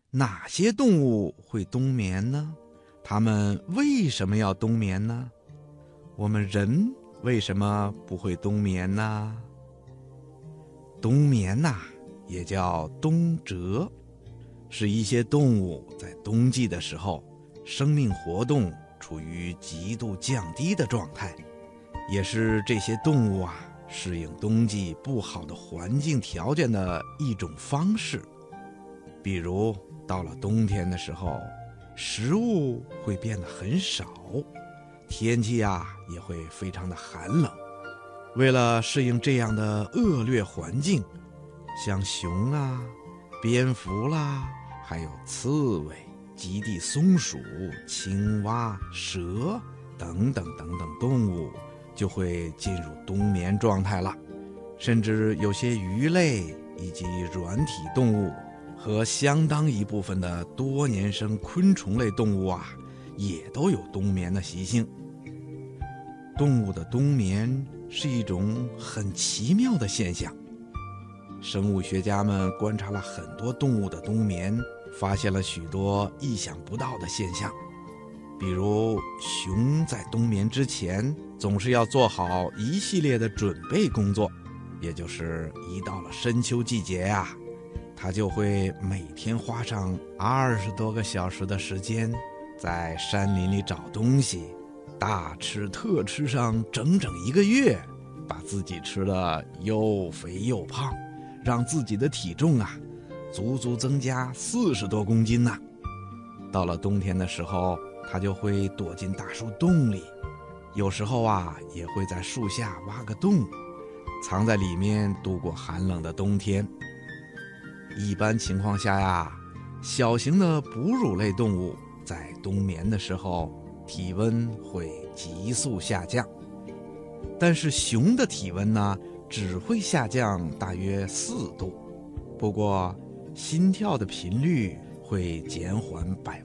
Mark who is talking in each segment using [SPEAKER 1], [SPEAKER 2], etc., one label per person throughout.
[SPEAKER 1] 哪些动物会冬眠呢？它们为什么要冬眠呢？我们人为什么不会冬眠呢？冬眠也叫冬蛰，是一些动物在冬季的时候，生命活动处于极度降低的状态，也是这些动物适应冬季不好的环境条件的一种方式。比如到了冬天的时候，食物会变得很少，天气也会非常的寒冷。为了适应这样的恶劣环境，像熊蝙蝠还有刺猬、极地松鼠、青蛙、蛇等等动物就会进入冬眠状态了。甚至有些鱼类以及软体动物和相当一部分的多年生昆虫类动物也都有冬眠的习性。动物的冬眠是一种很奇妙的现象。生物学家们观察了很多动物的冬眠，发现了许多意想不到的现象。比如熊在冬眠之前总是要做好一系列的准备工作，也就是一到了深秋季节它就会每天花上20多个小时的时间在山林里找东西，大吃特吃上整整1个月，把自己吃得又肥又胖，让自己的体重足足增加40多公斤呢。到了冬天的时候，它就会躲进大树洞里，有时候也会在树下挖个洞，藏在里面度过寒冷的冬天。一般情况下小型的哺乳类动物在冬眠的时候体温会急速下降，但是熊的体温只会下降大约4度，不过心跳的频率会减缓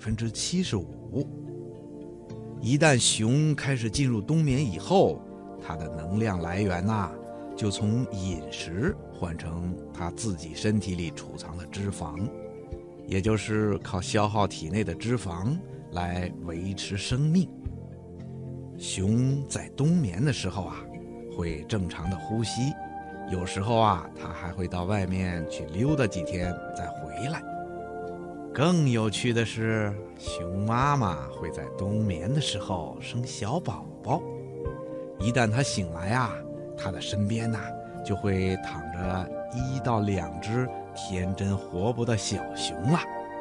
[SPEAKER 1] 75%。一旦熊开始进入冬眠以后，它的能量来源就从饮食换成它自己身体里储藏的脂肪，也就是靠消耗体内的脂肪来维持生命。熊在冬眠的时候会正常的呼吸，有时候它还会到外面去溜达几天再回来。更有趣的是，熊妈妈会在冬眠的时候生小宝宝，一旦它醒来它的身边就会躺着1到2只天真活泼的小熊了。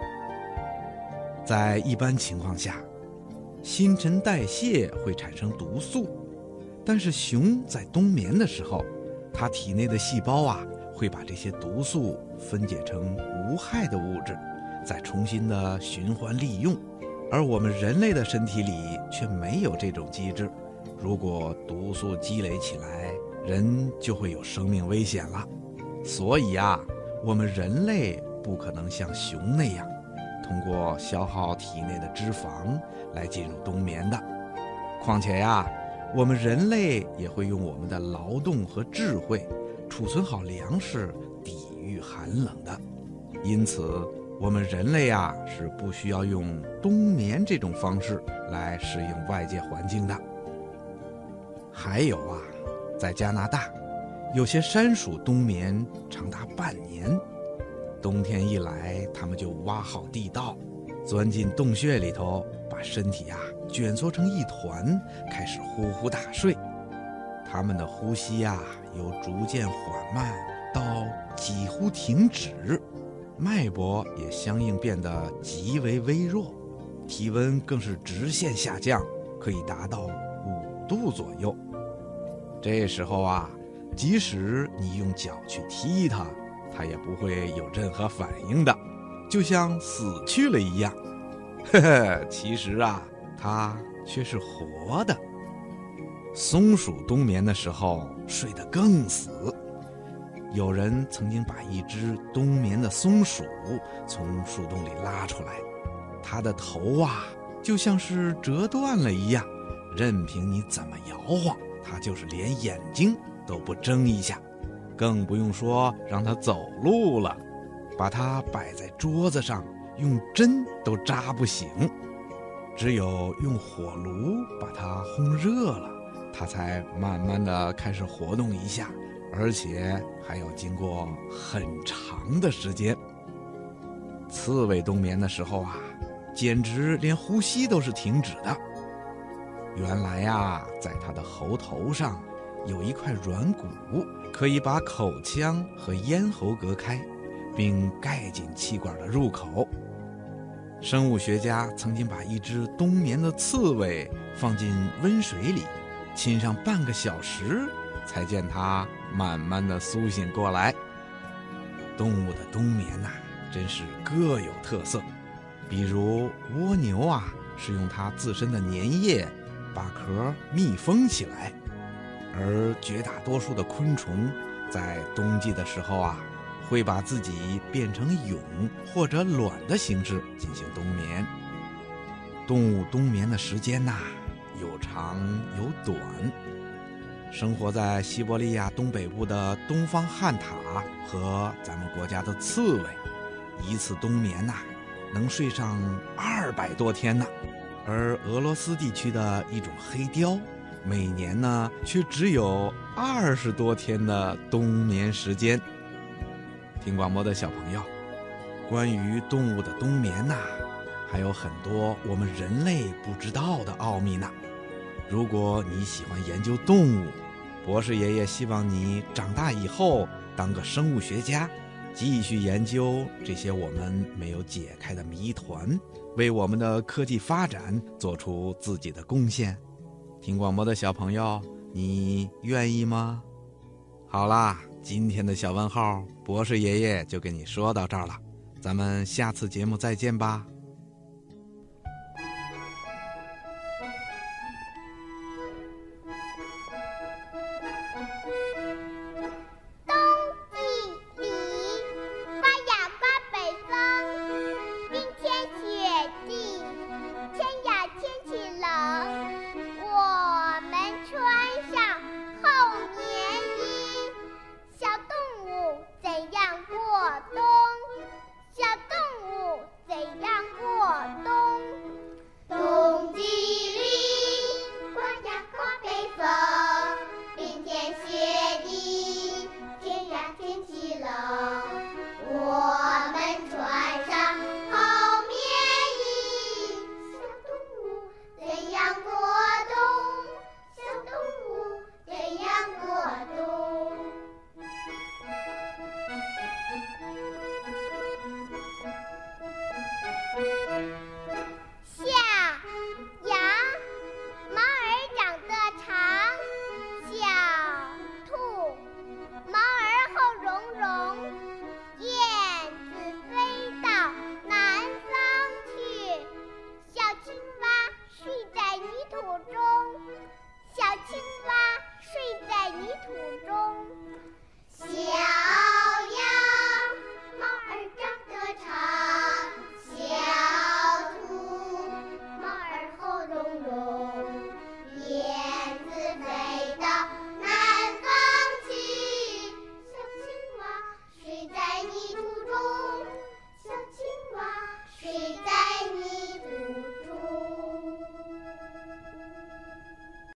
[SPEAKER 1] 在一般情况下，新陈代谢会产生毒素，但是熊在冬眠的时候，它体内的细胞会把这些毒素分解成无害的物质，再重新的循环利用。而我们人类的身体里却没有这种机制，如果毒素积累起来，人就会有生命危险了。所以我们人类不可能像熊那样通过消耗体内的脂肪来进入冬眠的。况且我们人类也会用我们的劳动和智慧储存好粮食，抵御寒冷的。因此我们人类是不需要用冬眠这种方式来适应外界环境的。还有在加拿大，有些山鼠冬眠长达半年，冬天一来，它们就挖好地道，钻进洞穴里头，把身体卷缩成一团，开始呼呼大睡。它们的呼吸由逐渐缓慢到几乎停止，脉搏也相应变得极为微弱，体温更是直线下降，可以达到5度左右。这时候即使你用脚去踢它，它也不会有任何反应的，就像死去了一样。其实它却是活的。松鼠冬眠的时候睡得更死，有人曾经把一只冬眠的松鼠从树洞里拉出来，它的头就像是折断了一样，任凭你怎么摇晃，它就是连眼睛都不睁一下，更不用说让它走路了。把它摆在桌子上， 用针都扎不醒，只有用火炉把它烘热了，它才慢慢的开始活动一下，而且还要经过很长的时间。刺猬冬眠的时候啊，简直连呼吸都是停止的。原来呀，在它的喉头上有一块软骨，可以把口腔和咽喉隔开，并盖紧气管的入口。生物学家曾经把一只冬眠的刺猬放进温水里，浸上半个小时，才见它慢慢的苏醒过来。动物的冬眠真是各有特色。比如蜗牛是用它自身的粘液把壳密封起来，而绝大多数的昆虫在冬季的时候会把自己变成蛹或者卵的形式进行冬眠。动物冬眠的时间有长有短。生活在西伯利亚东北部的东方旱獭和咱们国家的刺猬，一次冬眠能睡上200多天呢。而俄罗斯地区的一种黑貂，每年却只有20多天的冬眠时间。听广播的小朋友，关于动物的冬眠还有很多我们人类不知道的奥秘呢。如果你喜欢研究动物，博士爷爷希望你长大以后当个生物学家，继续研究这些我们没有解开的谜团，为我们的科技发展做出自己的贡献。听广播的小朋友，你愿意吗？好啦，今天的小问号，博士爷爷就跟你说到这儿了，咱们下次节目再见吧。